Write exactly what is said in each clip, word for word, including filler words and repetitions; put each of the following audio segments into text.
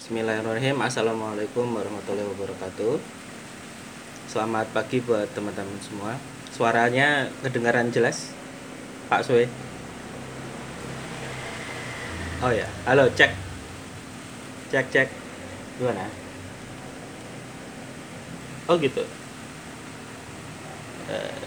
Bismillahirrahmanirrahim. Assalamualaikum warahmatullahi wabarakatuh. Selamat pagi buat teman-teman semua. Suaranya kedengaran jelas, Pak Sue? Oh ya, halo, cek, cek, cek. Gimana? Oh gitu. Eh,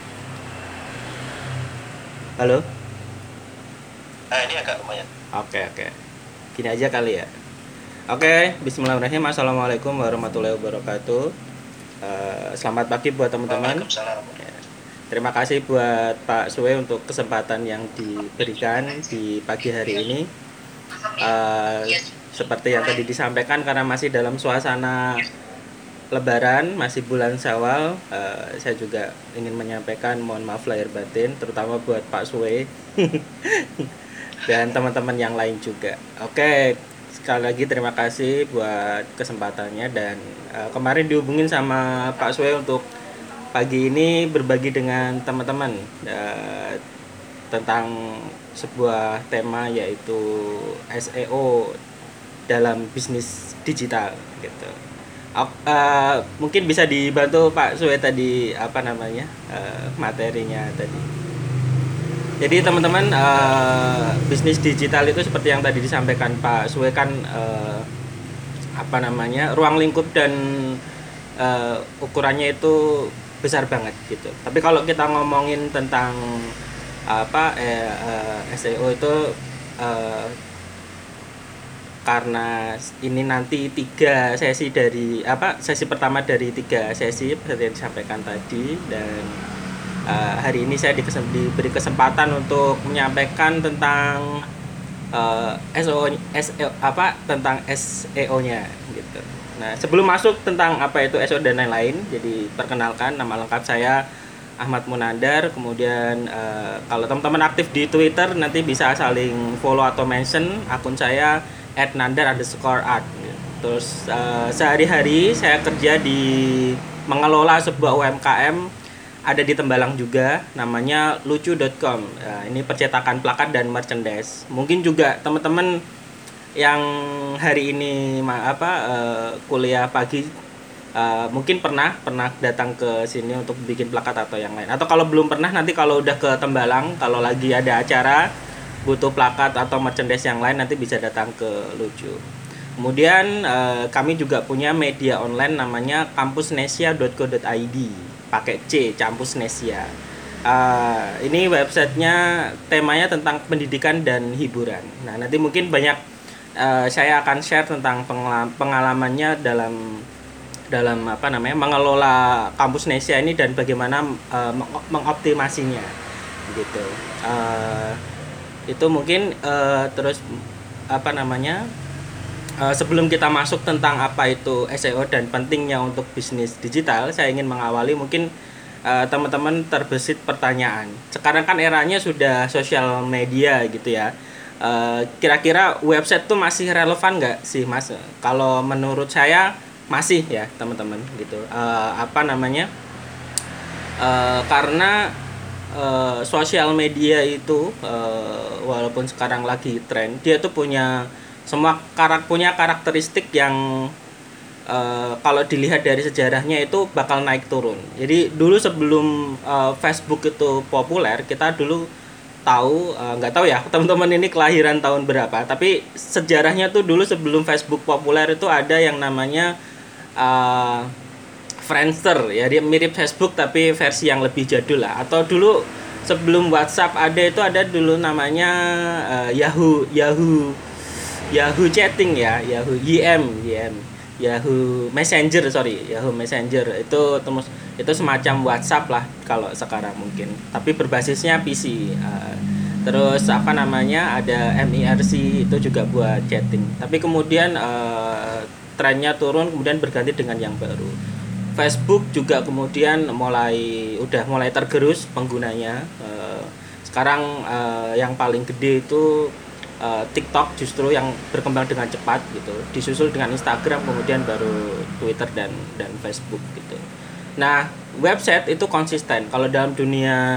halo. Nah, ini agak lumayan. Oke, oke. Gini aja kali ya. Oke, Bismillahirrahmanirrahim. Assalamualaikum warahmatullahi wabarakatuh. Eh, selamat pagi buat teman-teman. Waalaikumsalam. Ya, terima kasih buat Pak Sue untuk kesempatan yang diberikan di pagi hari ini. Uh, seperti yang tadi disampaikan, karena masih dalam suasana Lebaran, masih bulan Syawal, uh, saya juga ingin menyampaikan mohon maaf lahir batin, terutama buat Pak Sue dan teman-teman yang lain juga. Oke, sekali lagi terima kasih buat kesempatannya, dan uh, kemarin dihubungin sama Pak Sue untuk pagi ini berbagi dengan teman-teman uh, tentang sebuah tema, yaitu S E O dalam bisnis digital gitu. Uh, mungkin bisa dibantu Pak Sue tadi apa namanya uh, materinya tadi. Jadi teman-teman, uh, bisnis digital itu seperti yang tadi disampaikan Pak Sue kan, uh, apa namanya ruang lingkup dan uh, ukurannya itu besar banget gitu. Tapi kalau kita ngomongin tentang apa eh, uh, S E O itu, uh, karena ini nanti tiga sesi dari apa sesi pertama dari tiga sesi seperti yang disampaikan tadi, dan uh, hari ini saya dikesem, diberi kesempatan untuk menyampaikan tentang uh, S E O S E O apa tentang S E O-nya gitu. Nah, sebelum masuk tentang apa itu S E O dan lain-lain, jadi perkenalkan, nama lengkap saya Ahmad Munandar. Kemudian uh, kalau teman-teman aktif di Twitter, nanti bisa saling follow atau mention akun saya at nandar underscore art. Terus uh, sehari-hari saya kerja di mengelola sebuah U M K M, ada di Tembalang juga, namanya lucu dot com. Nah, ini percetakan plakat dan merchandise. Mungkin juga teman-teman yang hari ini apa uh, kuliah pagi, uh, mungkin pernah pernah datang ke sini untuk bikin plakat atau yang lain. Atau kalau belum pernah, nanti kalau udah ke Tembalang, kalau lagi ada acara butuh plakat atau merchandise yang lain, nanti bisa datang ke Lucu. Kemudian uh, kami juga punya media online namanya kampusnesia dot co dot i d, pakai C, Campusnesia. Uh, ini websitenya temanya tentang pendidikan dan hiburan. Nah, nanti mungkin banyak uh, saya akan share tentang pengalamannya dalam dalam apa namanya mengelola Kampusnesia ini, dan bagaimana uh, mengoptimasinya gitu. Uh, itu mungkin uh, terus apa namanya uh, sebelum kita masuk tentang apa itu S E O dan pentingnya untuk bisnis digital, saya ingin mengawali mungkin uh, teman-teman terbesit pertanyaan. Sekarang kan eranya sudah sosial media gitu ya. Uh, kira-kira website tuh masih relevan nggak sih, Mas? Kalau menurut saya masih ya, teman-teman gitu. Uh, apa namanya? Uh, karena uh, sosial media itu, uh, walaupun sekarang lagi tren, dia tuh punya semua karak punya karakteristik yang uh, kalau dilihat dari sejarahnya itu bakal naik turun. Jadi dulu sebelum uh, Facebook itu populer, kita dulu tahu, nggak uh, tahu ya teman-teman ini kelahiran tahun berapa, tapi sejarahnya tuh dulu sebelum Facebook populer itu ada yang namanya uh, Friendster ya, dia mirip Facebook tapi versi yang lebih jadul lah. Atau dulu sebelum WhatsApp ada, itu ada dulu namanya uh, Yahoo Yahoo Yahoo Chatting ya, Yahoo Y M Y M Yahoo Messenger, sorry Yahoo Messenger itu terus itu semacam WhatsApp lah kalau sekarang mungkin, tapi berbasisnya P C. Uh, terus apa namanya ada M I R C, itu juga buat chatting, tapi kemudian uh, trennya turun, kemudian berganti dengan yang baru. Facebook juga kemudian mulai udah mulai tergerus penggunanya. Uh, sekarang uh, yang paling gede itu uh, TikTok justru yang berkembang dengan cepat gitu, disusul dengan Instagram, kemudian baru Twitter dan dan Facebook gitu. Nah, website itu konsisten kalau dalam dunia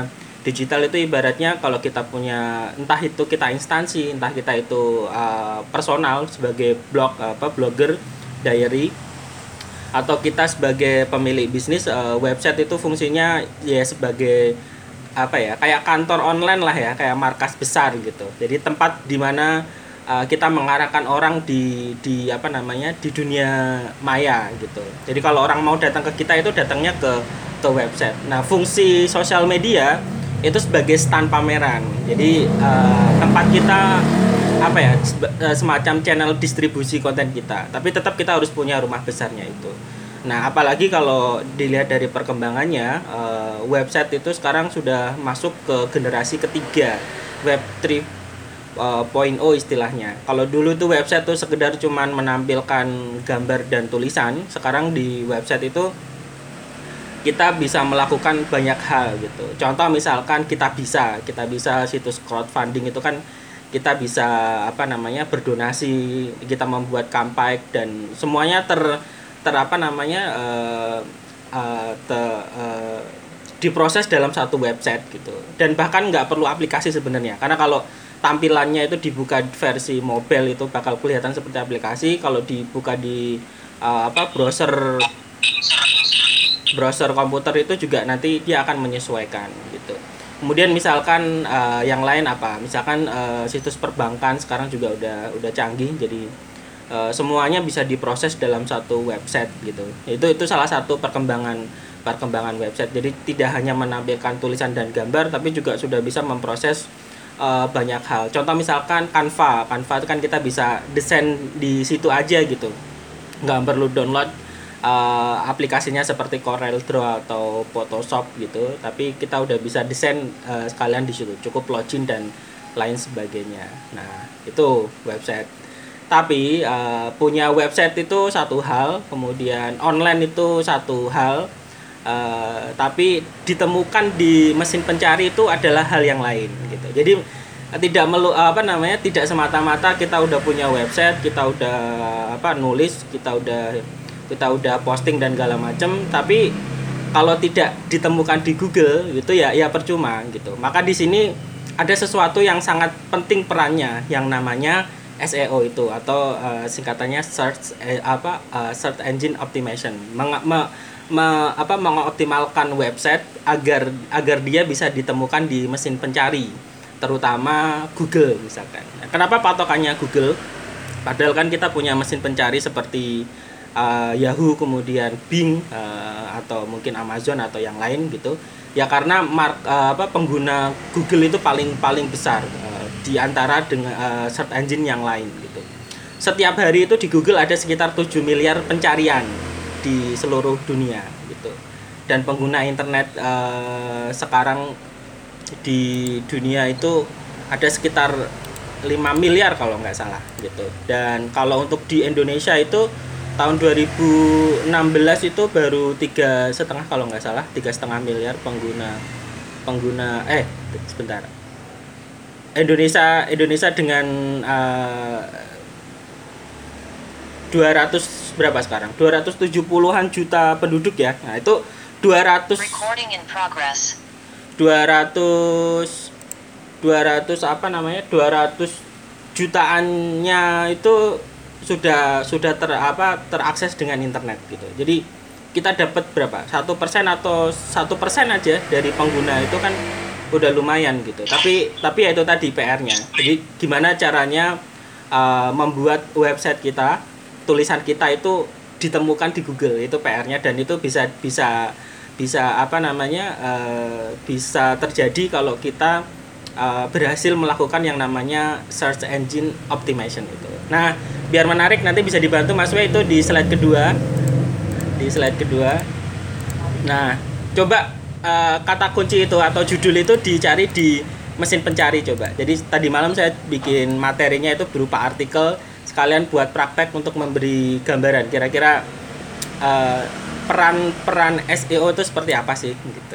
Digital itu ibaratnya kalau kita punya, entah itu kita instansi, entah kita itu uh, personal sebagai blog apa blogger, diary, atau kita sebagai pemilik bisnis, uh, website itu fungsinya ya sebagai apa ya, kayak kantor online lah ya, kayak markas besar gitu. Jadi tempat di mana uh, kita mengarahkan orang di di apa namanya di dunia maya gitu. Jadi kalau orang mau datang ke kita itu datangnya ke ke website. Nah, fungsi sosial media itu sebagai stand pameran. Jadi uh, tempat kita apa ya, semacam channel distribusi konten kita. Tapi tetap kita harus punya rumah besarnya itu. Nah, apalagi kalau dilihat dari perkembangannya, uh, website itu sekarang sudah masuk ke generasi ketiga, web tiga titik nol istilahnya. Kalau dulu itu website tuh sekedar cuman menampilkan gambar dan tulisan, sekarang di website itu kita bisa melakukan banyak hal gitu. Contoh misalkan kita bisa, kita bisa situs crowdfunding itu kan kita bisa apa namanya berdonasi, kita membuat kampanye dan semuanya ter ter apa namanya uh, uh, te, uh, diproses dalam satu website gitu. Dan bahkan nggak perlu aplikasi sebenarnya, karena kalau tampilannya itu dibuka versi mobile itu bakal kelihatan seperti aplikasi. Kalau dibuka di uh, apa browser browser komputer itu juga nanti dia akan menyesuaikan gitu. Kemudian misalkan uh, yang lain apa? Misalkan uh, situs perbankan sekarang juga udah udah canggih, jadi uh, semuanya bisa diproses dalam satu website gitu. Itu itu salah satu perkembangan perkembangan website. Jadi tidak hanya menampilkan tulisan dan gambar, tapi juga sudah bisa memproses uh, banyak hal. Contoh misalkan Canva. Canva itu kan kita bisa desain di situ aja gitu. Nggak perlu download Uh, aplikasinya seperti Corel Draw atau Photoshop gitu, tapi kita udah bisa desain uh, sekalian di situ, cukup login dan lain sebagainya. Nah, itu website. Tapi uh, punya website itu satu hal, kemudian online itu satu hal, uh, tapi ditemukan di mesin pencari itu adalah hal yang lain gitu. Jadi tidak melu apa namanya tidak semata-mata kita udah punya website, kita udah apa nulis, kita udah kita udah posting dan segala macam, tapi kalau tidak ditemukan di Google gitu ya ya percuma gitu. Maka di sini ada sesuatu yang sangat penting perannya yang namanya S E O itu, atau uh, singkatannya search eh, apa uh, search engine optimization. Meng, me, me, apa mengoptimalkan website agar agar dia bisa ditemukan di mesin pencari, terutama Google misalkan. Kenapa patokannya Google? Padahal kan kita punya mesin pencari seperti Uh, Yahoo, kemudian Bing, uh, atau mungkin Amazon atau yang lain gitu ya, karena mark, uh, apa pengguna Google itu paling paling besar uh, di antara dengan uh, search engine yang lain gitu. Setiap hari itu di Google ada sekitar tujuh miliar pencarian di seluruh dunia gitu, dan pengguna internet uh, sekarang di dunia itu ada sekitar lima miliar kalau nggak salah gitu. Dan kalau untuk di Indonesia itu tahun dua ribu enam belas itu baru tiga setengah kalau nggak salah, tiga setengah miliar pengguna pengguna eh sebentar Indonesia Indonesia dengan uh, dua ratus berapa sekarang dua ratus tujuh puluhan juta penduduk ya. Nah itu dua ratus dua ratus dua ratus apa namanya dua ratus jutaannya itu sudah sudah ter apa terakses dengan internet gitu. Jadi kita dapat berapa satu persen atau satu persen aja dari pengguna itu kan udah lumayan gitu. Tapi tapi ya itu tadi P R-nya. Jadi gimana caranya uh, membuat website kita, tulisan kita itu ditemukan di Google, itu P R-nya, dan itu bisa bisa bisa apa namanya uh, bisa terjadi kalau kita uh, berhasil melakukan yang namanya search engine optimization itu. Nah, biar menarik nanti bisa dibantu Mas W itu di slide kedua. Di slide kedua. Nah, coba uh, kata kunci itu atau judul itu dicari di mesin pencari coba. Jadi tadi malam saya bikin materinya itu berupa artikel sekalian buat praktek untuk memberi gambaran kira-kira uh, peran-peran S E O itu seperti apa sih gitu.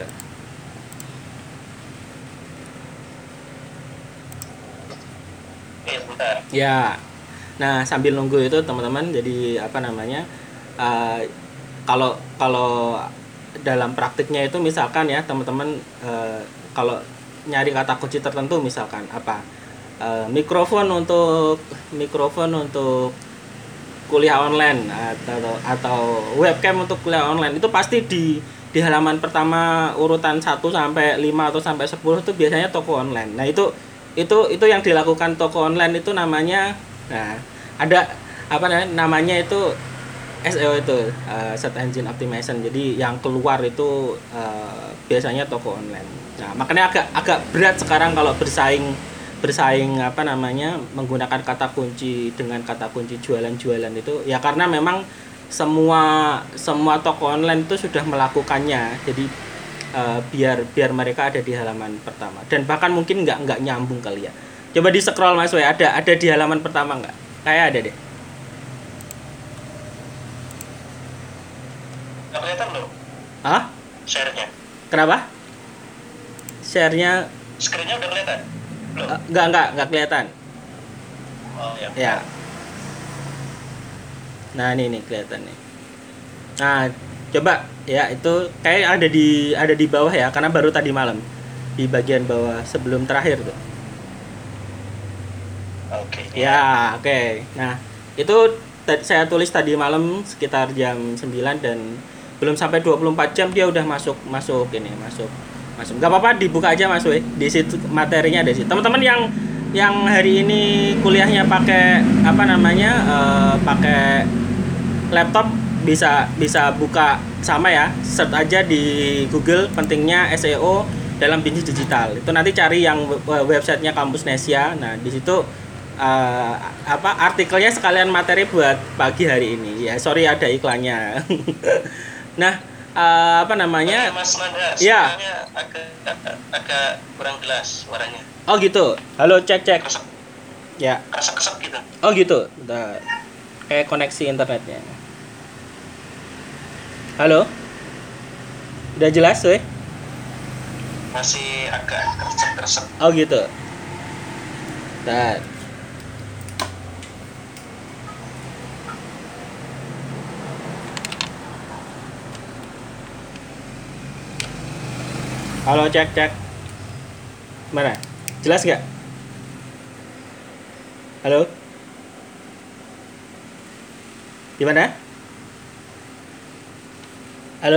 Ya. Nah, sambil nunggu itu teman-teman, jadi apa namanya uh, kalau kalau dalam praktiknya itu misalkan ya teman-teman uh, kalau nyari kata kunci tertentu, misalkan apa uh, mikrofon untuk mikrofon untuk kuliah online atau atau webcam untuk kuliah online, itu pasti di di halaman pertama urutan satu sampai lima atau sampai sepuluh itu biasanya toko online. Nah, itu itu itu yang dilakukan toko online itu namanya, nah ada apa namanya namanya itu S E O, itu uh, search engine optimization. Jadi yang keluar itu uh, biasanya toko online. Nah, makanya agak agak berat sekarang kalau bersaing bersaing apa namanya menggunakan kata kunci dengan kata kunci jualan-jualan itu, ya karena memang semua semua toko online itu sudah melakukannya. Jadi uh, biar biar mereka ada di halaman pertama, dan bahkan mungkin nggak nggak nyambung kali ya. Coba di scroll Mas We, ada ada di halaman pertama nggak? Kayak ada deh. Nggak kelihatan loh Hah? share-nya. Kenapa? Share-nya Screen-nya udah kelihatan? Belum? uh, nggak nggak nggak kelihatan. Oh ya. Ya. Nah, ini nih kelihatan nih. Nah, coba ya, itu kayak ada di ada di bawah ya, karena baru tadi malam di bagian bawah sebelum terakhir tuh. Oke. Ya, oke. Okay. Nah, itu t- saya tulis tadi malam sekitar jam sembilan, dan belum sampai dua puluh empat jam dia udah masuk masuk ini, masuk. Masuk. Enggak apa-apa, dibuka aja Mas We. Di situ materinya ada sih. Teman-teman yang yang hari ini kuliahnya pakai apa namanya? Uh, pakai laptop bisa bisa buka sama ya. Search aja di Google pentingnya S E O dalam bisnis digital. Itu nanti cari yang websitenya Kampus Nesia. Nah, di situ uh, apa artikelnya sekalian materi buat pagi hari ini. Ya, sorry ada iklannya. Nah, uh, apa namanya? Oke, Mas Nanda, ya. suaranya agak, agak agak kurang jelas suaranya. Oh gitu. Halo, cek cek. Kesek, Ya. kesek-kesek gitu. Oh gitu. Bentar. Kayak koneksi internetnya. Halo. Udah jelas, we? Masih agak keresek-keresek. Oh gitu. Bentar. Halo, cek cek. Mana? Jelas nggak? Halo? Gimana? Halo?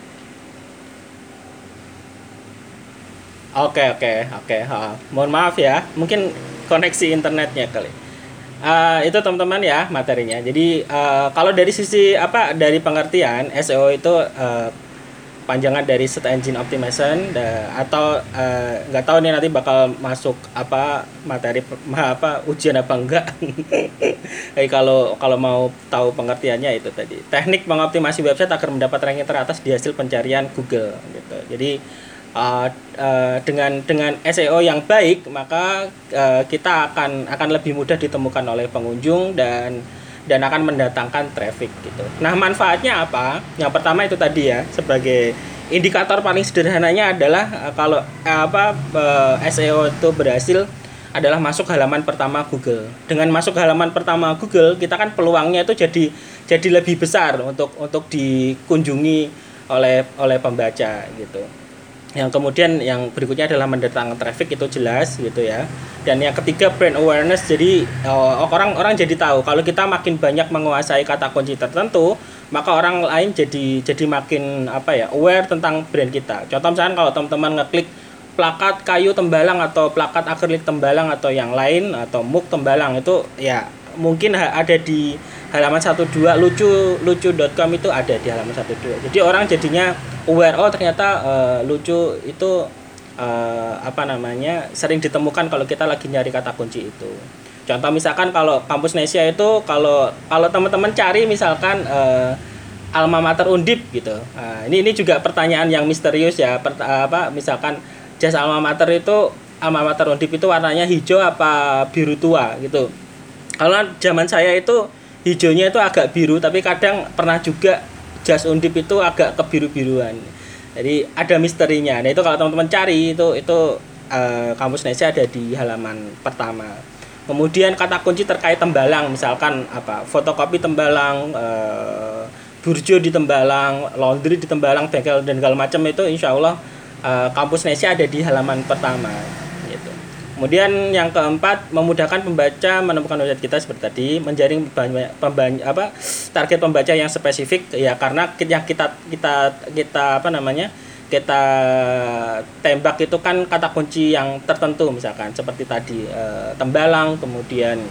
Oke oke oke. Ha. Mohon maaf ya, mungkin koneksi internetnya kali. Uh, itu teman-teman ya materinya. Jadi uh, kalau dari sisi apa dari pengertian S E O itu uh, panjangan dari search engine optimization, da, atau nggak uh, tahu nih nanti bakal masuk apa materi apa ujian apa enggak. Jadi kalau kalau mau tahu pengertiannya itu tadi teknik mengoptimasi website agar mendapat ranking teratas di hasil pencarian Google gitu. Jadi uh, uh, dengan dengan S E O yang baik, maka uh, kita akan akan lebih mudah ditemukan oleh pengunjung dan dan akan mendatangkan traffic gitu. Nah, manfaatnya apa? Yang pertama itu tadi ya, sebagai indikator paling sederhananya adalah uh, kalau uh, apa uh, S E O itu berhasil adalah masuk halaman pertama Google. Dengan masuk halaman pertama Google, kita kan peluangnya itu jadi jadi lebih besar untuk untuk dikunjungi oleh oleh pembaca gitu. Yang kemudian yang berikutnya adalah mendatangkan traffic, itu jelas gitu ya. Dan yang ketiga brand awareness, jadi oh, orang-orang jadi tahu kalau kita makin banyak menguasai kata kunci tertentu, maka orang lain jadi jadi makin apa ya aware tentang brand kita. Contoh misalkan kalau teman-teman ngeklik plakat kayu Tembalang atau plakat akrilik Tembalang atau yang lain atau muk Tembalang, itu ya mungkin ada di halaman satu dua, lucu lucu dot com itu ada di halaman satu dua. Jadi orang jadinya aware, oh ternyata uh, lucu itu uh, apa namanya sering ditemukan kalau kita lagi nyari kata kunci itu. Contoh misalkan kalau Kampus Nesia itu kalau kalau teman-teman cari misalkan uh, alma mater Undip gitu. Nah, ini ini juga pertanyaan yang misterius ya. Per, apa misalkan jas alma mater itu alma mater Undip itu warnanya hijau apa biru tua gitu. Kalau zaman saya itu hijaunya itu agak biru, tapi kadang pernah juga jas Undip itu agak kebiru-biruan. Jadi ada misterinya. Nah, itu kalau teman-teman cari itu itu uh, Kampus Nesia ada di halaman pertama. Kemudian kata kunci terkait Tembalang, misalkan apa? Fotokopi Tembalang, uh, burjo di Tembalang, laundry di Tembalang, bengkel dan segala macam itu insya Allah uh, Kampus Nesia ada di halaman pertama gitu. Kemudian yang keempat, memudahkan pembaca menemukan website kita seperti tadi, menjaring banyak pembaca apa target pembaca yang spesifik ya, karena yang kita kita kita apa namanya? kita tembak itu kan kata kunci yang tertentu, misalkan seperti tadi uh, tembalang, kemudian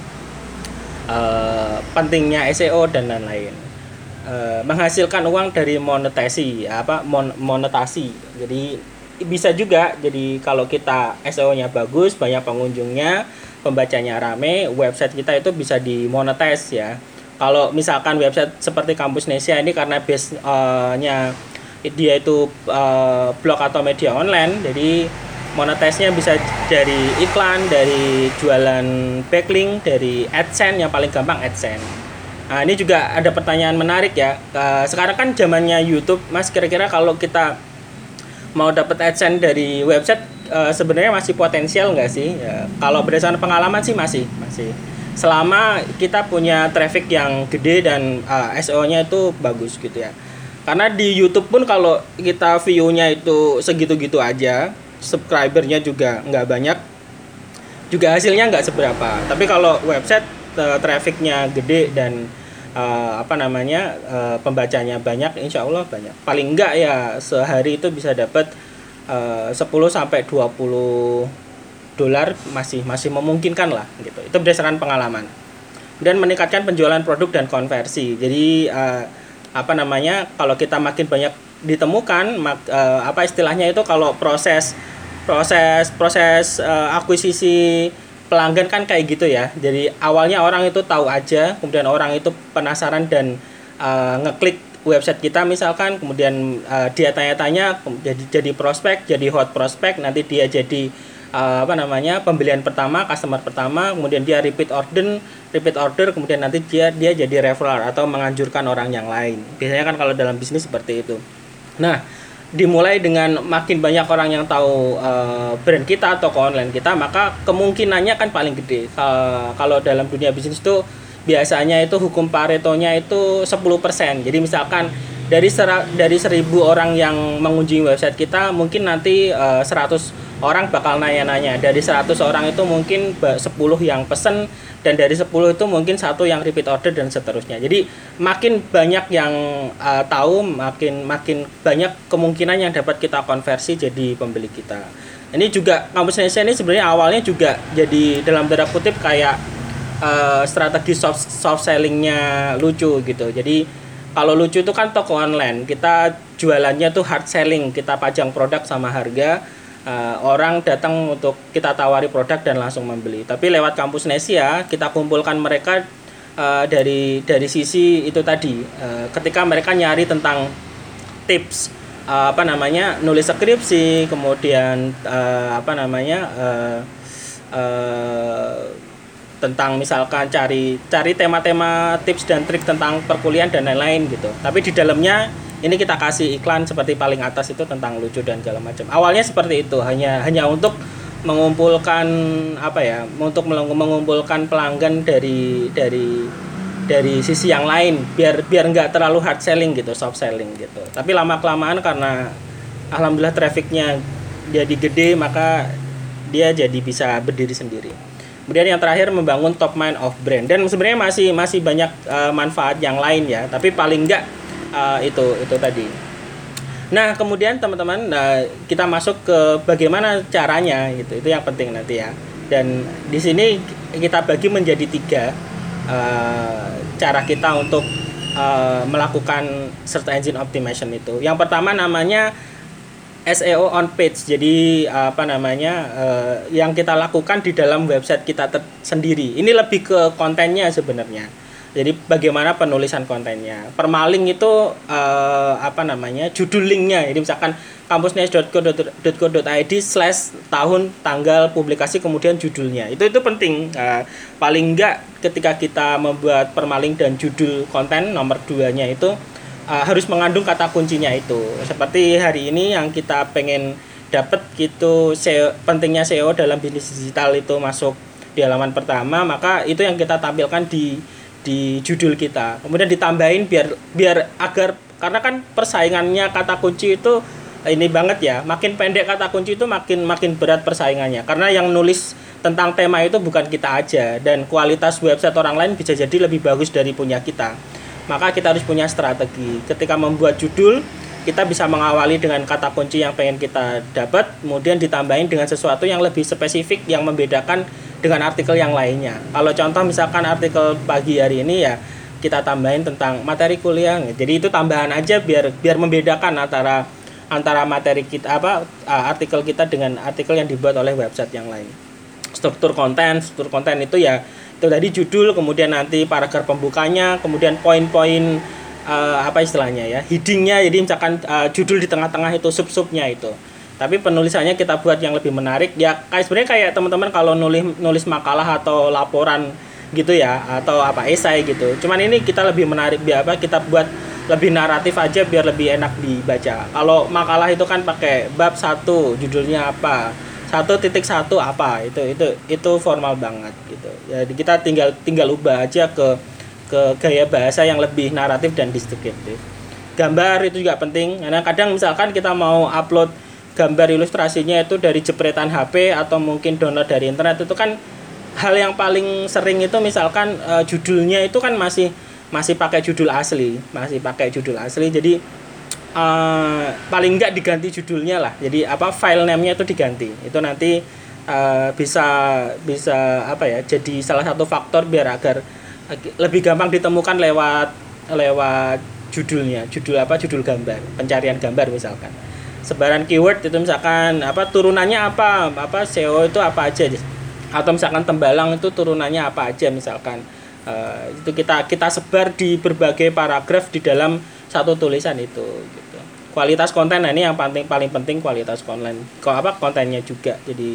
uh, pentingnya S E O dan lain-lain. Uh, menghasilkan uang dari monetasi apa mon- monetasi. Jadi bisa juga, jadi kalau kita S E O-nya bagus, banyak pengunjungnya, pembacanya rame, website kita itu bisa dimonetize ya. Kalau misalkan website seperti Kampus Nesia ini karena base-nya dia itu uh, blog atau media online, jadi monetize-nya bisa dari iklan, dari jualan backlink, dari AdSense, yang paling gampang AdSense. Nah, ini juga ada pertanyaan menarik ya. Uh, sekarang kan zamannya YouTube, Mas, kira-kira kalau kita mau dapat AdSense dari website uh, sebenarnya masih potensial nggak sih? Ya, kalau berdasarkan pengalaman sih masih, masih. Selama kita punya traffic yang gede dan uh, S E O-nya itu bagus gitu ya. Karena di YouTube pun kalau kita view-nya itu segitu-gitu aja, subscriber-nya juga nggak banyak, juga hasilnya nggak seberapa. Tapi kalau website uh, traffic-nya gede dan uh, apa namanya uh, pembacanya banyak, insya Allah banyak. Paling nggak ya sehari itu bisa dapat uh, sepuluh sampai dua puluh dolar, masih masih memungkinkan lah gitu. Itu berdasarkan pengalaman. Dan meningkatkan penjualan produk dan konversi. Jadi uh, apa namanya kalau kita makin banyak ditemukan mak, uh, apa istilahnya itu kalau proses proses proses uh, akuisisi pelanggan kan kayak gitu ya. Jadi awalnya orang itu tahu aja, kemudian orang itu penasaran dan uh, ngeklik website kita misalkan, kemudian uh, dia tanya-tanya jadi jadi prospek, jadi hot prospek, nanti dia jadi uh, apa namanya pembelian pertama, customer pertama, kemudian dia repeat order repeat order kemudian nanti dia dia jadi referral atau menganjurkan orang yang lain. Biasanya kan kalau dalam bisnis seperti itu. Nah, dimulai dengan makin banyak orang yang tahu uh, brand kita atau online kita, maka kemungkinannya kan paling gede. Uh, kalau dalam dunia bisnis itu biasanya itu hukum Paretonya itu sepuluh persen. Jadi misalkan dari sera, dari seribu orang yang mengunjungi website kita, mungkin nanti uh, seratus orang bakal nanya-nanya. Dari seratus orang itu mungkin sepuluh yang pesen, dan dari sepuluh itu mungkin satu yang repeat order dan seterusnya. Jadi makin banyak yang uh, tahu, makin makin banyak kemungkinan yang dapat kita konversi jadi pembeli kita. Ini juga Kampus Nesia ini sebenarnya awalnya juga jadi dalam tanda kutip kayak uh, strategi soft soft sellingnya Lucu gitu. Jadi kalau Lucu itu kan toko online, kita jualannya tuh hard selling, kita pajang produk sama harga. Uh, orang datang untuk kita tawari produk dan langsung membeli. Tapi lewat Kampus Nesia kita kumpulkan mereka uh, dari dari sisi itu tadi. Uh, ketika mereka nyari tentang tips uh, apa namanya nulis skripsi, kemudian uh, apa namanya uh, uh, tentang misalkan cari cari tema-tema tips dan trik tentang perkuliahan dan lain-lain gitu. Tapi di dalamnya ini kita kasih iklan seperti paling atas itu tentang Lucu dan segala macam. Awalnya seperti itu, hanya hanya untuk mengumpulkan apa ya, untuk mengumpulkan pelanggan dari dari dari sisi yang lain, biar biar nggak terlalu hard selling gitu, soft selling gitu. Tapi lama kelamaan karena alhamdulillah trafficnya jadi gede, maka dia jadi bisa berdiri sendiri. Kemudian yang terakhir membangun top mind of brand, dan sebenarnya masih masih banyak uh, manfaat yang lain ya, tapi paling nggak Uh, itu itu tadi. Nah, kemudian teman-teman, uh, kita masuk ke bagaimana caranya gitu. Itu yang penting nanti ya. Dan di sini kita bagi menjadi tiga uh, cara kita untuk uh, melakukan search engine optimization itu. Yang pertama namanya S E O on page. Jadi apa namanya uh, yang kita lakukan di dalam website kita ter- sendiri. Ini lebih ke kontennya sebenarnya. Jadi bagaimana penulisan kontennya. Permaling itu uh, apa namanya judul linknya. Jadi misalkan kampusnes dot co dot i d slash tahun tanggal publikasi kemudian judulnya. Itu itu penting. Uh, paling enggak ketika kita membuat permaling dan judul konten nomor duanya itu uh, harus mengandung kata kuncinya itu. Seperti hari ini yang kita pengen dapat gitu S E O, pentingnya S E O dalam bisnis digital itu masuk di halaman pertama, maka itu yang kita tampilkan di di judul kita. Kemudian ditambahin biar biar agar karena kan persaingannya kata kunci itu ini banget ya, makin pendek kata kunci itu makin makin berat persaingannya. Karena yang nulis tentang tema itu bukan kita aja, dan kualitas website orang lain bisa jadi lebih bagus dari punya kita. Maka kita harus punya strategi. Ketika membuat judul, kita bisa mengawali dengan kata kunci yang pengen kita dapat, kemudian ditambahin dengan sesuatu yang lebih spesifik yang membedakan dengan artikel yang lainnya. Kalau contoh misalkan artikel pagi hari ini ya kita tambahin tentang materi kuliah. Jadi itu tambahan aja biar biar membedakan antara antara materi kita apa artikel kita dengan artikel yang dibuat oleh website yang lain. Struktur konten, struktur konten itu ya itu tadi judul, kemudian nanti paragraf pembukanya, kemudian poin-poin uh, apa istilahnya ya, headingnya. Jadi misalkan uh, judul di tengah-tengah itu sub-subnya itu. Tapi penulisannya kita buat yang lebih menarik ya, kayak sebenarnya kayak teman-teman kalau nulis nulis makalah atau laporan gitu ya, atau apa esai gitu. Cuman ini kita lebih menarik biar apa kita buat lebih naratif aja biar lebih enak dibaca. Kalau makalah itu kan pakai bab satu judulnya apa, satu titik satu apa, itu itu itu formal banget gitu. Jadi kita tinggal tinggal ubah aja ke ke gaya bahasa yang lebih naratif dan deskriptif. Gambar itu juga penting karena kadang misalkan kita mau upload gambar ilustrasinya itu dari jepretan H P atau mungkin download dari internet, itu kan hal yang paling sering itu misalkan uh, judulnya itu kan masih masih pakai judul asli, masih pakai judul asli. Jadi uh, paling enggak diganti judulnya lah. Jadi apa file name-nya itu diganti. Itu nanti uh, bisa bisa apa ya? Jadi salah satu faktor biar agar lebih gampang ditemukan lewat lewat judulnya, judul apa? Judul gambar, pencarian gambar misalkan. Sebaran keyword itu misalkan apa turunannya apa? Apa S E O itu apa aja? Atau misalkan tembalang itu turunannya apa aja misalkan. Uh, itu kita kita sebar di berbagai paragraf di dalam satu tulisan itu gitu. Kualitas konten, nah ini yang paling paling penting, kualitas konten. Kok apa kontennya juga. Jadi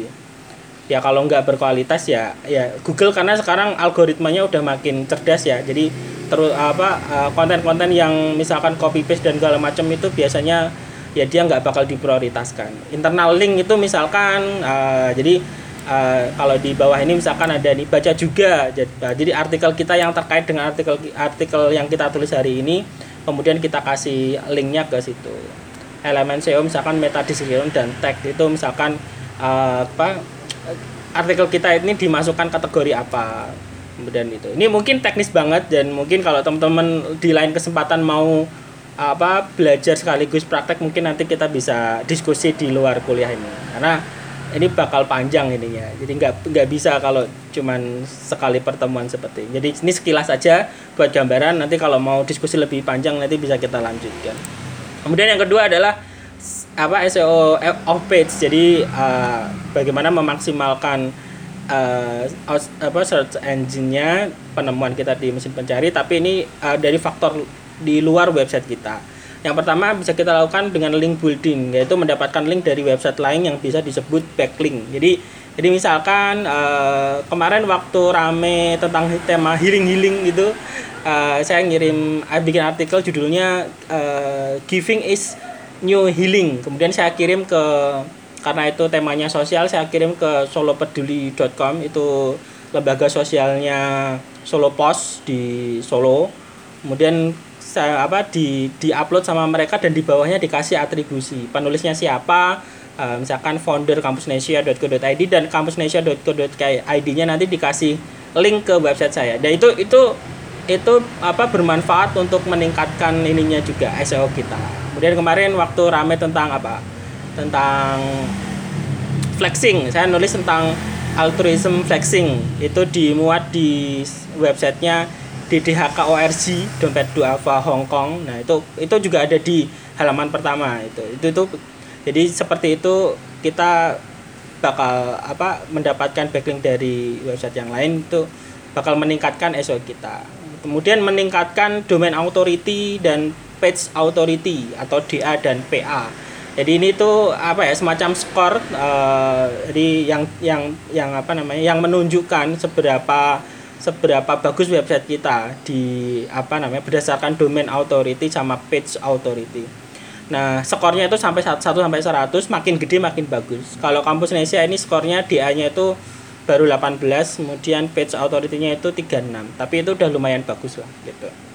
ya kalau nggak berkualitas ya ya Google, karena sekarang algoritmanya udah makin cerdas ya. Jadi terus apa uh, konten-konten yang misalkan copy paste dan segala macam itu biasanya ya dia nggak bakal diprioritaskan. Internal link itu misalkan uh, jadi Uh, kalau di bawah ini misalkan ada nih baca juga, jadi, uh, jadi artikel kita yang terkait dengan artikel artikel yang kita tulis hari ini, kemudian kita kasih linknya ke situ. Elemen S E O misalkan meta description dan tag itu misalkan uh, apa artikel kita ini dimasukkan kategori apa, kemudian itu. Ini mungkin teknis banget dan mungkin kalau teman-teman di lain kesempatan mau apa belajar sekaligus praktek, mungkin nanti kita bisa diskusi di luar kuliah ini karena ini bakal panjang ininya, jadi nggak nggak bisa kalau cuman sekali pertemuan seperti ini. Jadi ini sekilas aja buat gambaran, nanti kalau mau diskusi lebih panjang nanti bisa kita lanjutkan. Kemudian yang kedua adalah apa S E O off page. Jadi uh, bagaimana memaksimalkan uh, apa search engine-nya, penemuan kita di mesin pencari, tapi ini uh, dari faktor di luar website kita. Yang pertama bisa kita lakukan dengan link building, yaitu mendapatkan link dari website lain yang bisa disebut backlink. Jadi jadi misalkan uh, kemarin waktu rame tentang tema healing-healing gitu, uh, saya ngirim uh, bikin artikel judulnya uh, Giving is New Healing. Kemudian saya kirim ke, karena itu temanya sosial, saya kirim ke solopeduli dot com, itu lembaga sosialnya Solo Pos di Solo. Kemudian saya apa di di-upload sama mereka dan di bawahnya dikasih atribusi. Penulisnya siapa? Uh, misalkan founder kampusnesia dot co dot i d dan kampusnesia dot co dot i d-nya nanti dikasih link ke website saya. Dan itu itu itu apa bermanfaat untuk meningkatkan ininya juga S E O kita. Kemudian kemarin waktu rame tentang apa? Tentang flexing. Saya nulis tentang altruism flexing. Itu dimuat di websitenya D D H K O R G, Dompet Duafa Hong Kong. Nah, itu itu juga ada di halaman pertama itu. Itu itu jadi seperti itu kita bakal apa mendapatkan backlink dari website yang lain, itu bakal meningkatkan S E O kita. Kemudian meningkatkan domain authority dan page authority atau D A dan P A. Jadi ini tuh apa ya semacam skor uh, jadi yang yang yang apa namanya yang menunjukkan seberapa seberapa bagus website kita di apa namanya berdasarkan domain authority sama page authority. Nah, skornya itu sampai satu sampai seratus, makin gede makin bagus. Kalau Kampusnesia ini skornya D A-nya itu baru delapan belas, kemudian page authority-nya itu tiga puluh enam. Tapi itu udah lumayan bagus lah gitu.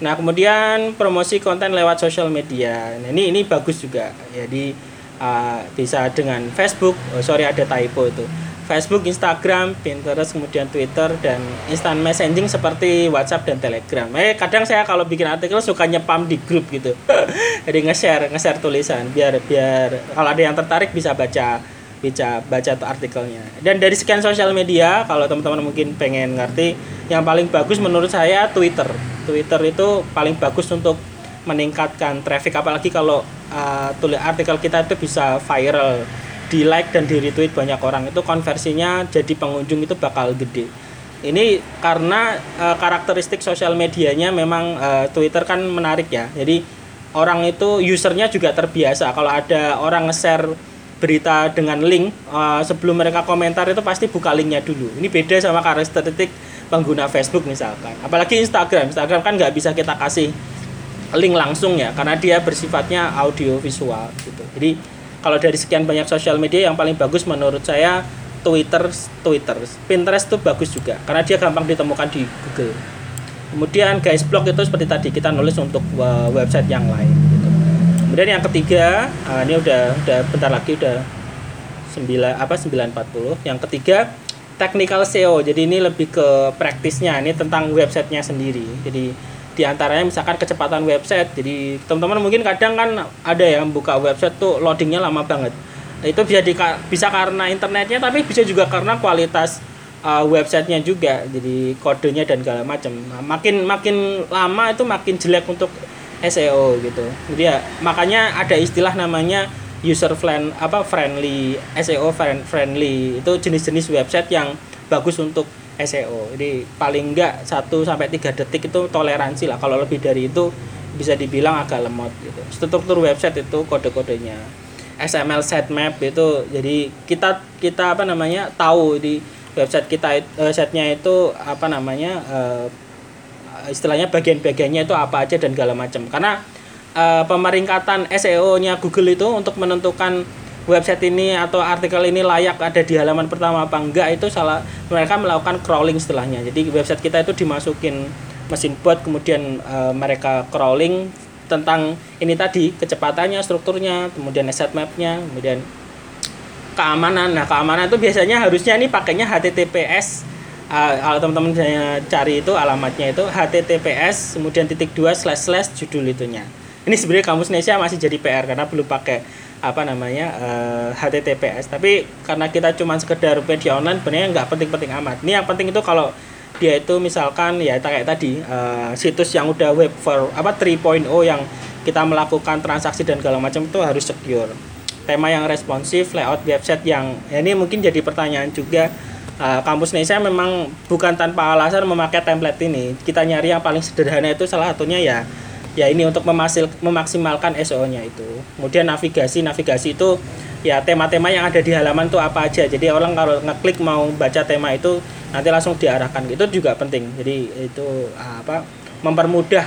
Nah, kemudian promosi konten lewat sosial media. Nah, ini ini bagus juga. Jadi uh, bisa dengan Facebook, oh, sorry ada typo itu. Facebook, Instagram, Pinterest, kemudian Twitter dan instant messaging seperti WhatsApp dan Telegram. Eh kadang saya kalau bikin artikel suka nyepam di grup gitu. Jadi nge-share, nge-share tulisan biar biar kalau ada yang tertarik bisa baca bisa baca tuh artikelnya. Dan dari sekian sosial media, kalau teman-teman mungkin pengen ngerti, yang paling bagus menurut saya Twitter. Twitter itu paling bagus untuk meningkatkan traffic, apalagi kalau uh, tulis artikel kita itu bisa viral, di like dan di retweet banyak orang, itu konversinya jadi pengunjung itu bakal gede. Ini karena uh, karakteristik sosial medianya memang uh, Twitter kan menarik ya. Jadi orang itu usernya juga terbiasa kalau ada orang nge-share berita dengan link, uh, sebelum mereka komentar itu pasti buka linknya dulu. Ini beda sama karakteristik pengguna Facebook misalkan. Apalagi Instagram. Instagram kan nggak bisa kita kasih link langsung ya, karena dia bersifatnya audio visual gitu. Jadi kalau dari sekian banyak sosial media yang paling bagus menurut saya Twitter, Twitter, Pinterest tuh bagus juga karena dia gampang ditemukan di Google. Kemudian guys blog itu seperti tadi kita nulis untuk website yang lain. Gitu. Kemudian yang ketiga, uh, ini udah udah bentar lagi udah sembilan apa sembilan empat puluh. Yang ketiga technical S E O. Jadi ini lebih ke praktisnya. Ini tentang websitenya sendiri. Jadi di antaranya misalkan kecepatan website. Jadi teman-teman mungkin kadang kan ada yang buka website tuh loadingnya lama banget. Nah, itu bisa di, bisa karena internetnya, tapi bisa juga karena kualitas uh, websitenya juga. Jadi kodenya dan segala macam. Nah, makin makin lama itu makin jelek untuk S E O gitu. Jadi ya, makanya ada istilah namanya user friend apa friendly S E O friendly. Itu jenis-jenis website yang bagus untuk S E O. Jadi paling enggak satu sampai tiga detik itu toleransi lah. Kalau lebih dari itu bisa dibilang agak lemot gitu. Struktur website itu kode-kodenya. X M L sitemap itu jadi kita kita apa namanya tahu di website kita websitenya itu apa namanya uh, istilahnya bagian-bagiannya itu apa aja dan segala macam. Karena uh, pemeringkatan S E O-nya Google itu untuk menentukan website ini atau artikel ini layak ada di halaman pertama apa enggak, itu salah mereka melakukan crawling istilahnya. Jadi website kita itu dimasukin mesin bot, kemudian e, mereka crawling tentang ini tadi, kecepatannya, strukturnya, kemudian asset map-nya, kemudian keamanan. Nah, keamanan itu biasanya harusnya ini pakainya H T T P S. Uh, kalau teman-teman saya cari itu alamatnya itu H T T P S kemudian titik dua slash slash judul itunya. Ini sebenarnya Kamus Indonesia masih jadi P R karena belum pakai apa namanya uh, H T T P S, tapi karena kita cuma sekedar media online sebenarnya nggak penting-penting amat. Ini yang penting itu kalau dia itu misalkan ya kayak tadi uh, situs yang udah web for apa tiga titik nol yang kita melakukan transaksi dan segala macam itu harus secure. Tema yang responsif, layout website yang ya ini mungkin jadi pertanyaan juga. uh, Kampus Indonesia memang bukan tanpa alasan memakai template ini. Kita nyari yang paling sederhana itu salah satunya ya ya ini untuk memasil, memaksimalkan S E O-nya itu. Kemudian navigasi, navigasi itu ya tema-tema yang ada di halaman itu apa aja. Jadi orang kalau ngeklik mau baca tema itu nanti langsung diarahkan. Itu juga penting. Jadi itu apa mempermudah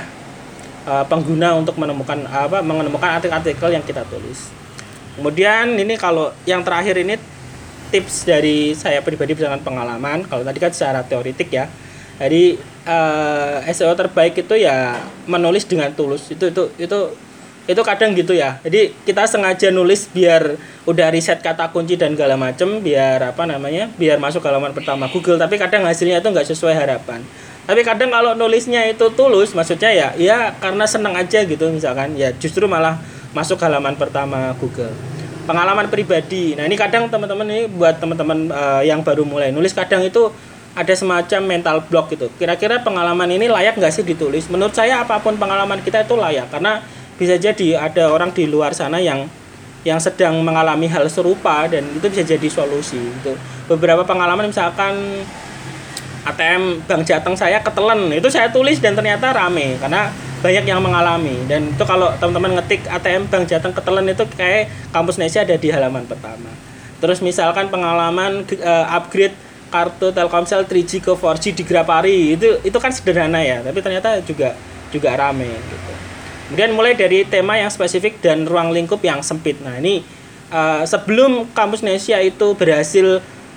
uh, pengguna untuk menemukan apa menemukan artikel-artikel yang kita tulis. Kemudian ini kalau yang terakhir ini tips dari saya pribadi berdasarkan pengalaman. Kalau tadi kan secara teoritik ya. Jadi uh, S E O terbaik itu ya menulis dengan tulus. Itu itu itu itu kadang gitu ya. Jadi kita sengaja nulis biar udah riset kata kunci dan segala macem, biar apa namanya, biar masuk halaman pertama Google. Tapi kadang hasilnya itu nggak sesuai harapan. Tapi kadang kalau nulisnya itu tulus, maksudnya ya ya karena seneng aja gitu misalkan, ya justru malah masuk halaman pertama Google. Pengalaman pribadi. Nah ini kadang teman-teman ini buat teman-teman uh, yang baru mulai nulis, kadang itu ada semacam mental block gitu. Kira-kira pengalaman ini layak nggak sih ditulis? Menurut saya apapun pengalaman kita itu layak, karena bisa jadi ada orang di luar sana yang yang sedang mengalami hal serupa dan itu bisa jadi solusi. Gitu. Beberapa pengalaman misalkan A T M Bank Jateng saya ketelen, itu saya tulis dan ternyata rame karena banyak yang mengalami. Dan itu kalau teman-teman ngetik A T M Bank Jateng ketelen itu kayak Kampus Indonesia ada di halaman pertama. Terus misalkan pengalaman uh, upgrade kartu Telkomsel tiga G ke empat G di Grapari, itu itu kan sederhana ya, tapi ternyata juga juga rame gitu. Kemudian mulai dari tema yang spesifik dan ruang lingkup yang sempit. Nah ini uh, sebelum Kampus Indonesia itu berhasil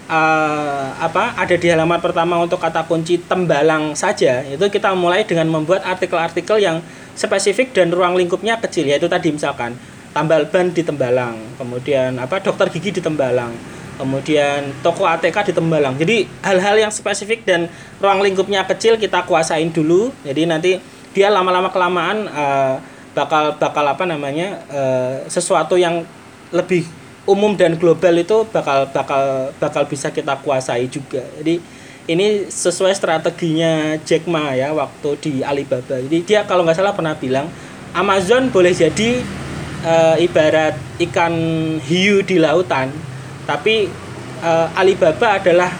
uh, apa ada di halaman pertama untuk kata kunci tembalang saja, itu kita mulai dengan membuat artikel-artikel yang spesifik dan ruang lingkupnya kecil, yaitu tadi misalkan tambal ban di Tembalang, kemudian apa dokter gigi di Tembalang, kemudian toko A T K di Tembalang. Jadi hal-hal yang spesifik dan ruang lingkupnya kecil kita kuasain dulu. Jadi nanti dia lama-lama kelamaan uh, bakal bakal apa namanya uh, sesuatu yang lebih umum dan global itu bakal bakal bakal bisa kita kuasai juga. Jadi ini sesuai strateginya Jack Ma ya waktu di Alibaba. Jadi dia kalau nggak salah pernah bilang Amazon boleh jadi uh, ibarat ikan hiu di lautan, tapi uh, Alibaba adalah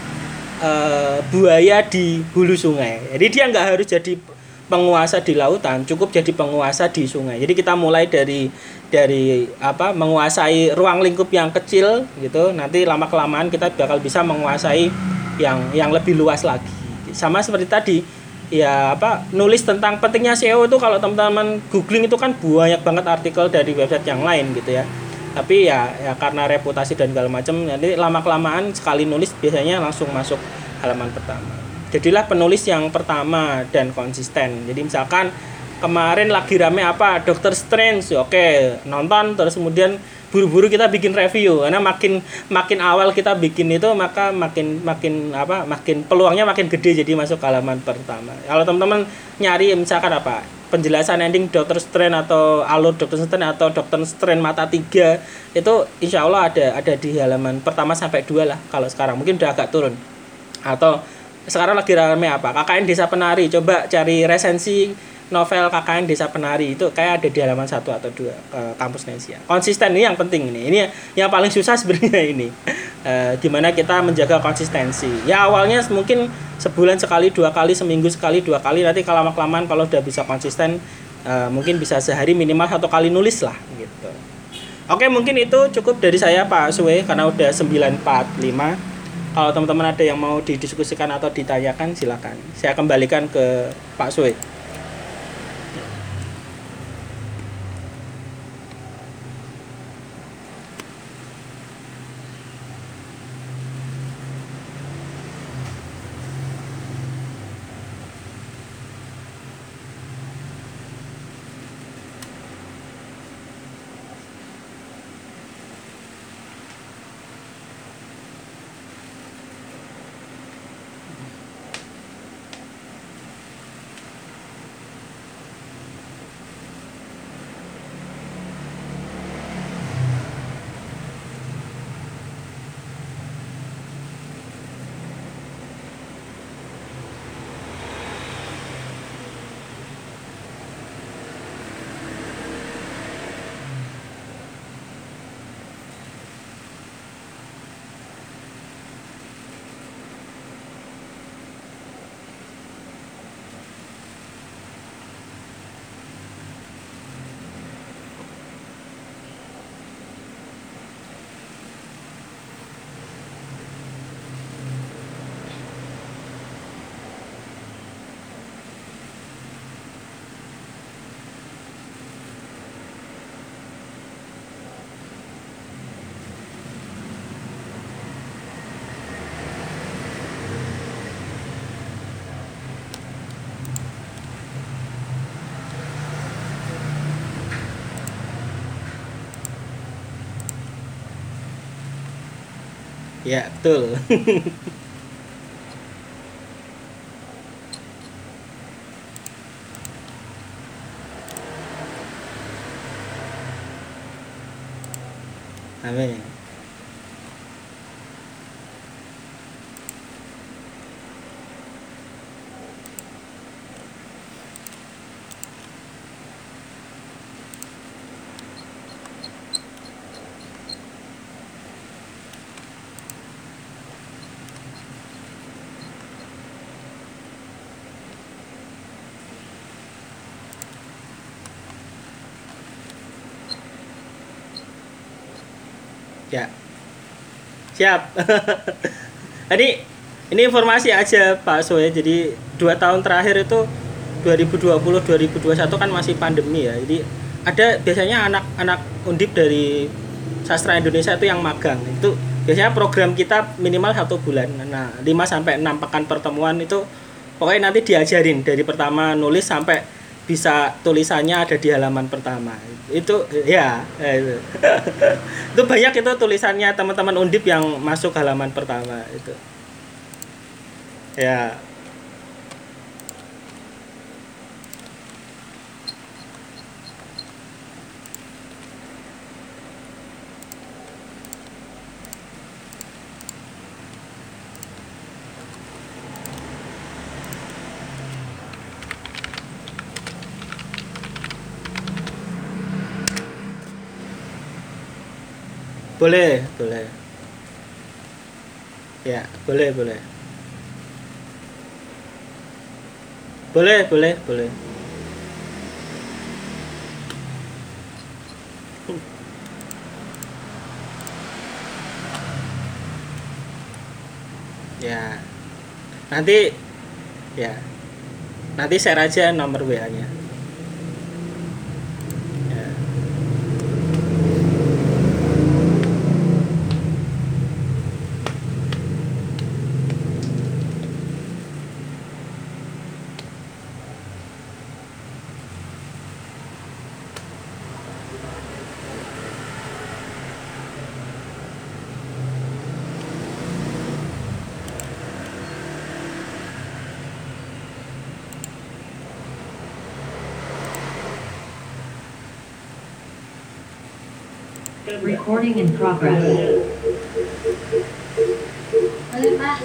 uh, buaya di hulu sungai. Jadi dia nggak harus jadi penguasa di lautan, cukup jadi penguasa di sungai. Jadi kita mulai dari dari apa menguasai ruang lingkup yang kecil gitu, nanti lama kelamaan kita bakal bisa menguasai yang yang lebih luas lagi. Sama seperti tadi ya apa nulis tentang pentingnya S E O itu, kalau teman-teman googling itu kan banyak banget artikel dari website yang lain gitu ya. Tapi ya ya karena reputasi dan segala macam, nanti lama kelamaan sekali nulis biasanya langsung masuk halaman pertama. Jadilah penulis yang pertama dan konsisten. Jadi misalkan kemarin lagi rame apa Doctor Strange, oke nonton, terus kemudian buru-buru kita bikin review, karena makin makin awal kita bikin itu maka makin makin apa makin peluangnya makin gede jadi masuk halaman pertama. Kalau teman-teman nyari misalkan apa penjelasan ending Doctor Strange atau alur Doctor Strange atau Doctor Strange Mata Tiga, itu insya Allah ada ada di halaman pertama sampai dua lah. Kalau sekarang mungkin udah agak turun. Atau sekarang lagi rame apa K K N Desa Penari, coba cari resensi novel K K N Desa Penari, itu kayak ada di halaman satu atau dua ke Kampus Nesia. Konsisten ini yang penting ini. Ini yang paling susah sebenarnya ini. E, gimana kita menjaga konsistensi. Ya awalnya mungkin sebulan sekali, dua kali, seminggu sekali, dua kali, nanti kalau lama-kelamaan kalau udah bisa konsisten e, mungkin bisa sehari minimal satu kali nulis lah gitu. Oke, mungkin itu cukup dari saya Pak Suwe karena udah sembilan empat puluh lima. Kalau teman-teman ada yang mau didiskusikan atau ditanyakan silakan. Saya kembalikan ke Pak Suwe. Ya, betul. Amin. Ya. Siap. Tadi ini informasi aja Pak Soe. Jadi dua tahun terakhir itu dua ribu dua puluh dua ribu dua puluh satu kan masih pandemi ya. Jadi ada biasanya anak-anak undip dari sastra Indonesia itu yang magang. Itu biasanya program kita minimal satu bulan. Nah, lima sampai enam pekan pertemuan itu pokoknya nanti diajarin dari pertama nulis sampai bisa tulisannya ada di halaman pertama. Itu ya, ya itu. Itu banyak itu tulisannya teman-teman Undip yang masuk halaman pertama itu. Ya. Boleh, boleh. Ya, boleh, boleh. Boleh, boleh, boleh. Ya. Nanti ya. Nanti share aja nomor W A-nya. Ya. Recording in progress. Boleh Pak.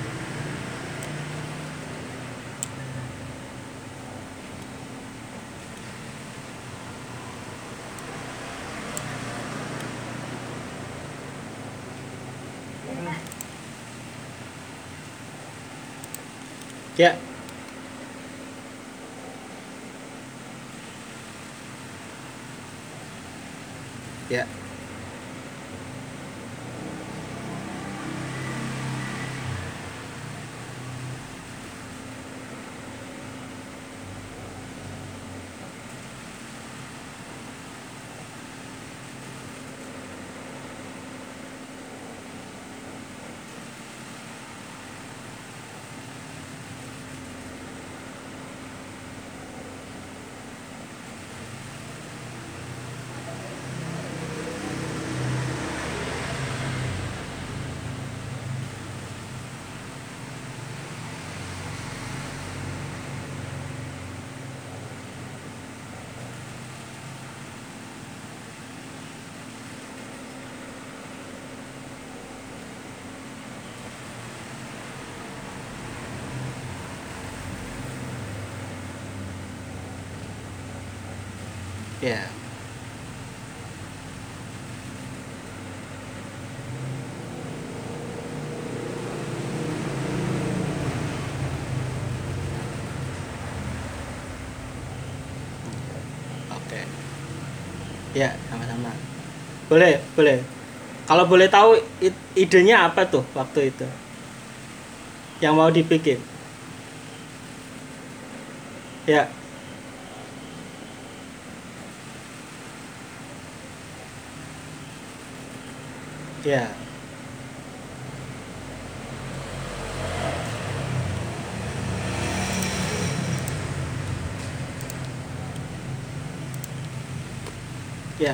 Ya. Ya. Ya. Oke. Ya, sama-sama. Boleh, boleh. Kalau boleh tahu i- idenya apa tuh waktu itu? Yang mau dibikin? Ya. Ya. Ya.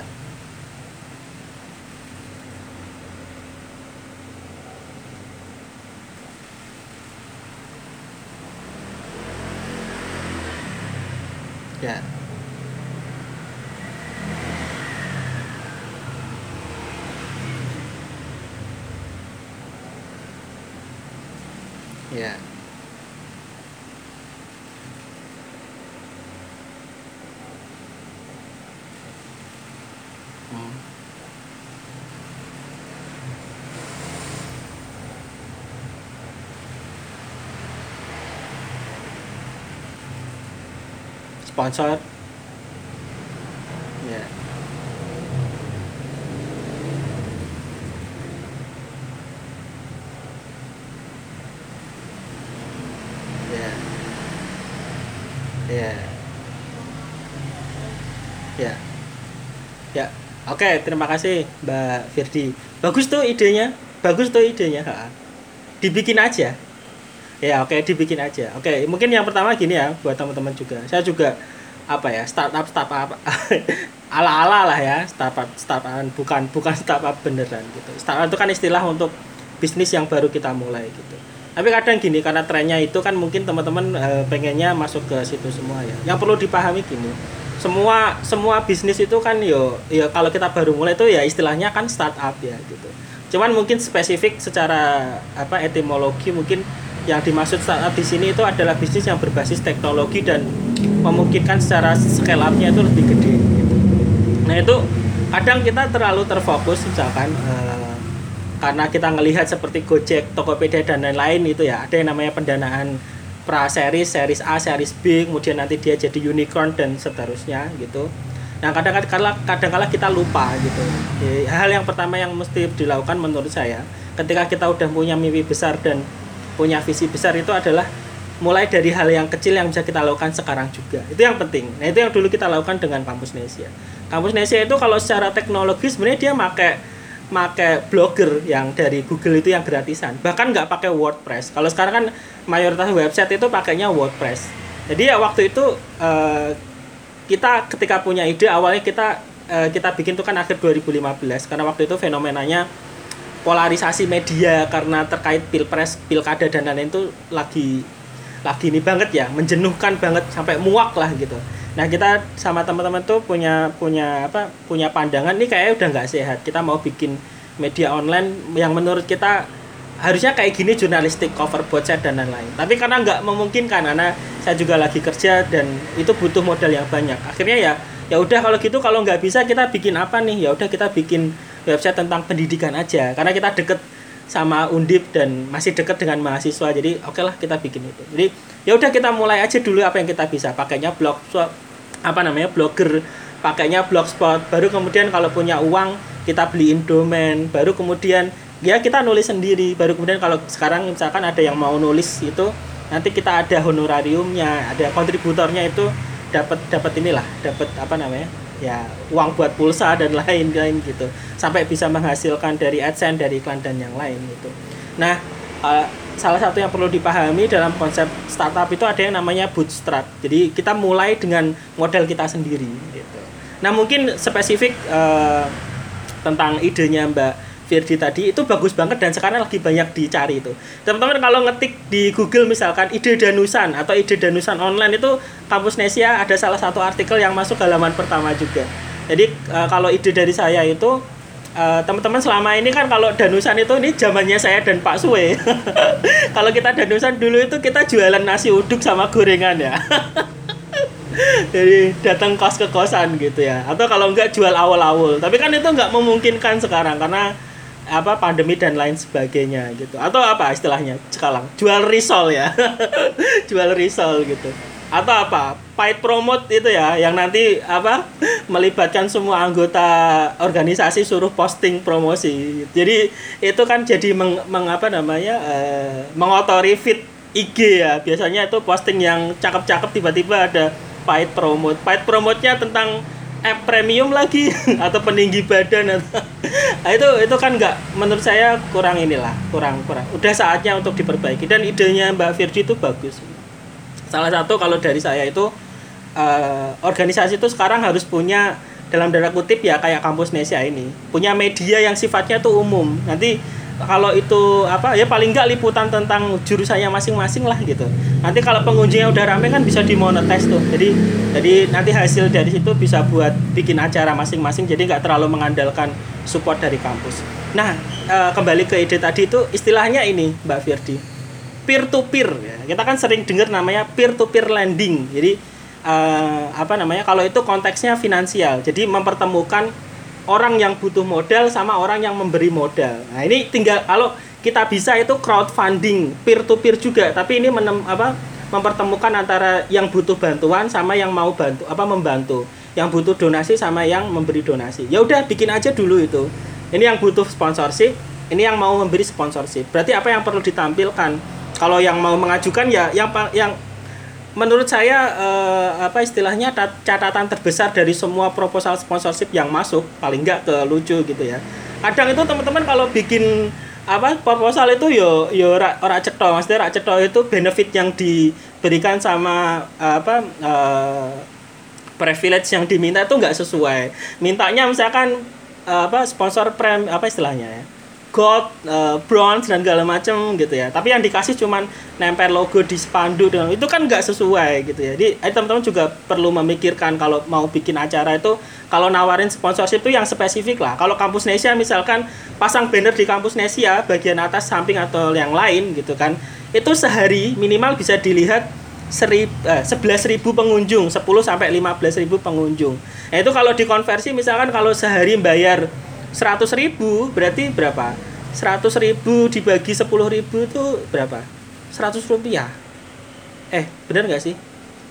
Ya. Ya. Hmm. Sponsor. Ya. Ya. Ya. Ya. Ya. Oke, terima kasih Mbak Firdi. Bagus tuh idenya. bagus tuh idenya, ha. Dibikin aja. Ya oke, dibikin aja. Oke, mungkin yang pertama gini ya buat teman-teman juga. Saya juga apa ya, startup startup ala-ala lah ya, startup startup bukan bukan startup beneran gitu. Startup itu kan istilah untuk bisnis yang baru kita mulai gitu. Tapi kadang gini, karena trennya itu kan mungkin teman-teman e, pengennya masuk ke situ semua ya. Yang perlu dipahami gini, semua semua bisnis itu kan yo yo kalau kita baru mulai itu ya istilahnya kan startup ya gitu. Cuman mungkin spesifik secara apa etimologi, mungkin yang dimaksud startup di sini itu adalah bisnis yang berbasis teknologi dan memungkinkan secara scale up-nya itu lebih gede gitu. Nah, itu kadang kita terlalu terfokus misalkan eh, karena kita ngelihat seperti Gojek, Tokopedia dan lain-lain itu ya, ada yang namanya pendanaan pra series, series A, series B, kemudian nanti dia jadi unicorn dan seterusnya gitu. Nah, kadang-kadang kadang-kala kita lupa gitu. Jadi, hal yang pertama yang mesti dilakukan menurut saya, ketika kita udah punya mimpi besar dan punya visi besar, itu adalah mulai dari hal yang kecil yang bisa kita lakukan sekarang juga. Itu yang penting. Nah, itu yang dulu kita lakukan dengan Kampus Nesia. Kampus Nesia itu kalau secara teknologi sebenarnya dia pakai pakai blogger yang dari Google itu yang gratisan. Bahkan nggak pakai WordPress. Kalau sekarang kan mayoritas website itu pakainya WordPress. Jadi ya waktu itu eh, kita ketika punya ide awalnya kita eh, kita bikin itu kan akhir dua ribu lima belas karena waktu itu fenomenanya polarisasi media karena terkait pilpres, pilkada dan lain-lain itu lagi lagi ini banget ya, menjenuhkan banget sampai muak lah gitu. Nah, kita sama teman-teman tuh punya punya apa? Punya pandangan ini kayaknya udah nggak sehat. Kita mau bikin media online yang menurut kita harusnya kayak gini, jurnalistik, cover website dan lain-lain. Tapi karena nggak memungkinkan, karena saya juga lagi kerja dan itu butuh modal yang banyak. Akhirnya ya ya udah kalau gitu, kalau nggak bisa kita bikin apa nih? Ya udah kita bikin website tentang pendidikan aja. Karena kita deket sama Undip dan masih deket dengan mahasiswa. Jadi oke lah kita bikin itu. Jadi ya udah kita mulai aja dulu apa yang kita bisa. Pakainya blog apa namanya blogger, pakainya blogspot. Baru kemudian kalau punya uang kita beliin domain. Baru kemudian ya kita nulis sendiri. Baru kemudian kalau sekarang misalkan ada yang mau nulis itu, nanti kita ada honorariumnya, ada kontributornya itu dapat dapat inilah, dapat apa namanya? Ya uang buat pulsa dan lain-lain gitu. Sampai bisa menghasilkan dari AdSense, dari iklan dan yang lain gitu. Nah, uh, salah satu yang perlu dipahami dalam konsep startup itu ada yang namanya bootstrap. Jadi kita mulai dengan modal kita sendiri gitu. Nah, mungkin spesifik uh, tentang idenya Mbak Firdi tadi itu bagus banget dan sekarang lagi banyak dicari itu. Teman-teman kalau ngetik di Google misalkan ide danusan atau ide danusan online itu Kampus Nesia ada salah satu artikel yang masuk halaman pertama juga. Jadi uh, kalau ide dari saya itu uh, teman-teman selama ini kan kalau danusan itu ini zamannya saya dan Pak Suwe. Kalau kita danusan dulu itu kita jualan nasi uduk sama gorengan ya. Jadi datang kos ke kosan gitu ya. Atau kalau enggak jual awal-awal. Tapi kan itu enggak memungkinkan sekarang karena apa pandemi dan lain sebagainya gitu. Atau apa istilahnya sekarang jual risol ya. Jual risol gitu. Atau apa paid promote itu ya yang nanti apa melibatkan semua anggota organisasi suruh posting promosi. Jadi itu kan jadi meng, meng apa namanya eh, mengotori feed I G ya. Biasanya itu posting yang cakep-cakep tiba-tiba ada paid promote. Paid promote-nya tentang app premium lagi atau peninggi badan atau nah, itu itu kan nggak, menurut saya kurang inilah kurang kurang udah saatnya untuk diperbaiki. Dan idenya Mbak Firdi itu bagus. Salah satu kalau dari saya itu uh, organisasi itu sekarang harus punya dalam tanda kutip ya kayak Kampus Nesia ini punya media yang sifatnya tuh umum. Nanti kalau itu apa ya paling nggak liputan tentang jurusannya masing-masing lah gitu. Nanti kalau pengunjungnya udah rame kan bisa dimonetize tuh. Jadi jadi nanti hasil dari situ bisa buat bikin acara masing-masing. Jadi nggak terlalu mengandalkan support dari kampus. Nah e, kembali ke ide tadi itu istilahnya ini Mbak Firdi, peer to peer. Ya. Kita kan sering dengar namanya peer to peer lending. Jadi e, apa namanya kalau itu konteksnya finansial. Jadi mempertemukan orang yang butuh modal sama orang yang memberi modal. Nah, ini tinggal kalau kita bisa itu crowdfunding, peer to peer juga, tapi ini menem, apa mempertemukan antara yang butuh bantuan sama yang mau bantu apa membantu, yang butuh donasi sama yang memberi donasi. Ya udah bikin aja dulu itu. Ini yang butuh sponsorship, ini yang mau memberi sponsorship. Berarti apa yang perlu ditampilkan? Kalau yang mau mengajukan ya yang yang menurut saya eh, apa istilahnya catatan terbesar dari semua proposal sponsorship yang masuk paling enggak ke lucu gitu ya. Kadang itu teman-teman kalau bikin apa proposal itu yo yo ora ora cetha, maksudnya ora cetha itu benefit yang diberikan sama eh, apa eh, privilege yang diminta itu nggak sesuai. Mintanya misalkan eh, apa sponsor prem apa istilahnya ya, gold, eh, bronze dan segala macam gitu ya. Tapi yang dikasih cuman nempel logo di spanduk dan itu kan nggak sesuai gitu ya. Jadi eh, teman-teman juga perlu memikirkan kalau mau bikin acara itu, kalau nawarin sponsorship itu yang spesifik lah. Kalau Kampus Nesia misalkan pasang banner di Kampus Nesia bagian atas, samping atau yang lain gitu kan, itu sehari minimal bisa dilihat serib, eh, sebelas ribu pengunjung, sepuluh sampai lima belas ribu pengunjung. Nah, itu kalau dikonversi misalkan kalau sehari bayar seratus ribu berarti berapa? seratus ribu dibagi sepuluh ribu itu berapa? seratus rupiah. Eh, benar nggak sih?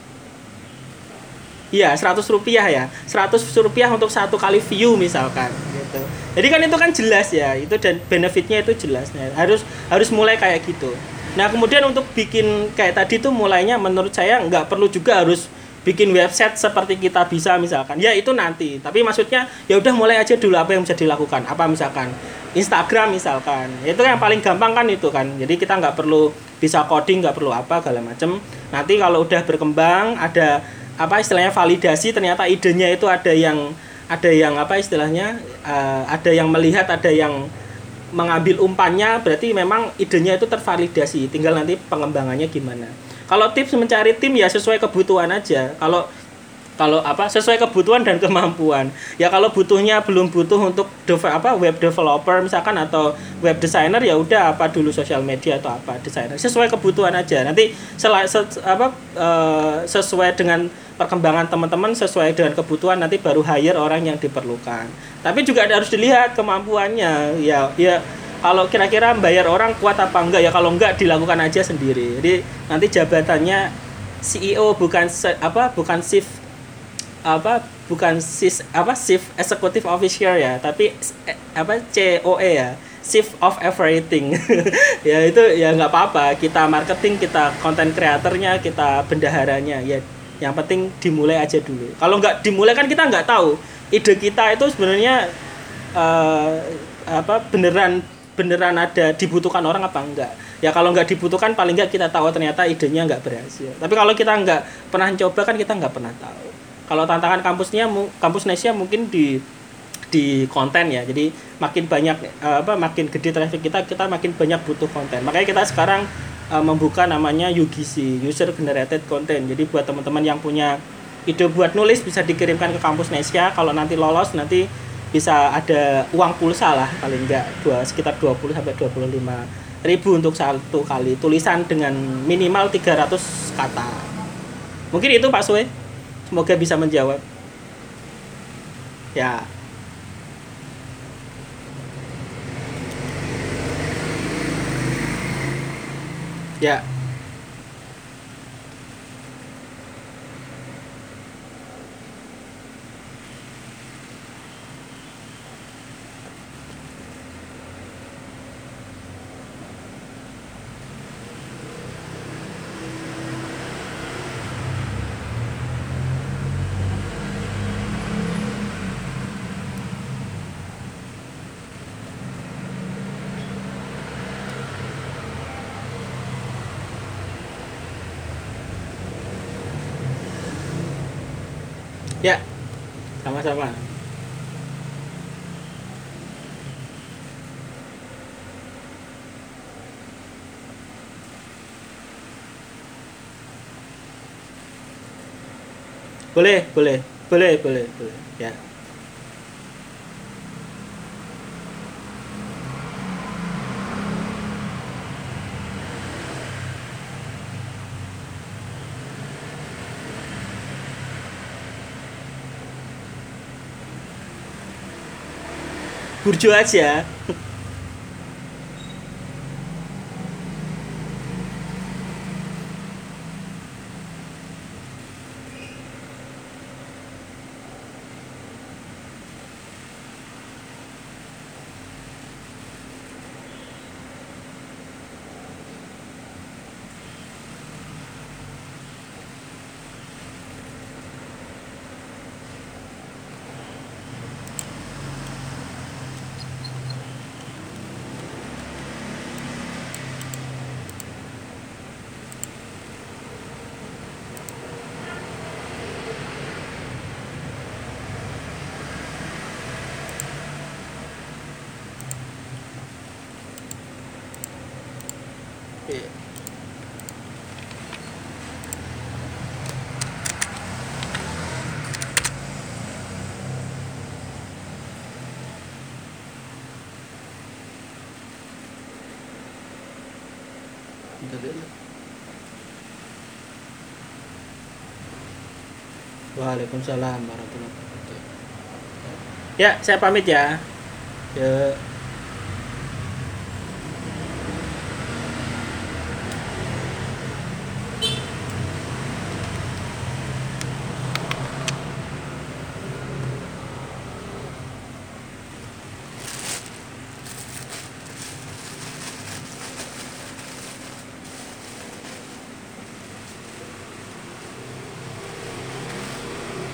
Iya, seratus rupiah ya. seratus rupiah untuk satu kali view misalkan gitu. Jadi kan itu kan jelas ya, itu dan benefitnya itu jelas. Nah, harus harus mulai kayak gitu. Nah, kemudian untuk bikin kayak tadi tuh mulainya menurut saya nggak perlu juga harus bikin website seperti kita bisa misalkan. Ya itu nanti. Tapi maksudnya ya udah mulai aja dulu apa yang bisa dilakukan. Apa misalkan Instagram misalkan. Itu yang paling gampang kan itu kan. Jadi kita nggak perlu bisa coding, nggak perlu apa segala macem. Nanti kalau udah berkembang ada apa istilahnya validasi, ternyata idenya itu ada yang ada yang apa istilahnya uh, ada yang melihat, ada yang mengambil umpannya, berarti memang idenya itu tervalidasi, tinggal nanti pengembangannya gimana. Kalau tips mencari tim ya sesuai kebutuhan aja. Kalau kalau apa sesuai kebutuhan dan kemampuan. Ya kalau butuhnya belum butuh untuk deve, apa web developer misalkan atau web designer, ya udah apa dulu sosial media atau apa designer. Sesuai kebutuhan aja. Nanti sel, se, apa e, sesuai dengan perkembangan teman-teman, sesuai dengan kebutuhan, nanti baru hire orang yang diperlukan. Tapi juga harus dilihat kemampuannya. Ya ya kalau kira-kira bayar orang kuat apa enggak, ya kalau enggak dilakukan aja sendiri. Jadi nanti jabatannya C E O bukan apa bukan chief apa bukan sis apa chief executive officer ya, tapi apa C O E ya, chief of everything. Ya itu ya nggak apa-apa, kita marketing, kita content creatornya, kita bendaharanya, ya yang penting dimulai aja dulu. Kalau nggak dimulai kan kita nggak tahu ide kita itu sebenarnya uh, apa beneran beneran ada dibutuhkan orang apa enggak. Ya kalau nggak dibutuhkan paling nggak kita tahu ternyata idenya nggak berhasil. Tapi kalau kita nggak pernah coba kan kita nggak pernah tahu. Kalau tantangan kampusnya Kampus Nesia mungkin di di konten ya. Jadi makin banyak apa makin gede traffic kita, kita makin banyak butuh konten. Makanya kita sekarang uh, membuka namanya U G C, User Generated Content. Jadi buat teman-teman yang punya ide buat nulis bisa dikirimkan ke Kampus Nesia. Kalau nanti lolos nanti bisa ada uang pulsa lah paling enggak dua sekitar dua puluh sampai dua puluh lima ribu untuk satu kali tulisan dengan minimal tiga ratus kata. Mungkin itu Pak Sue. Semoga bisa menjawab. Ya. Ya. Ya. Sama-sama. Boleh, boleh. Boleh, boleh, boleh. Ya. Burjo aja. Waalaikumsalam warahmatullahi wabarakatuh. Ya, saya pamit ya. Ya.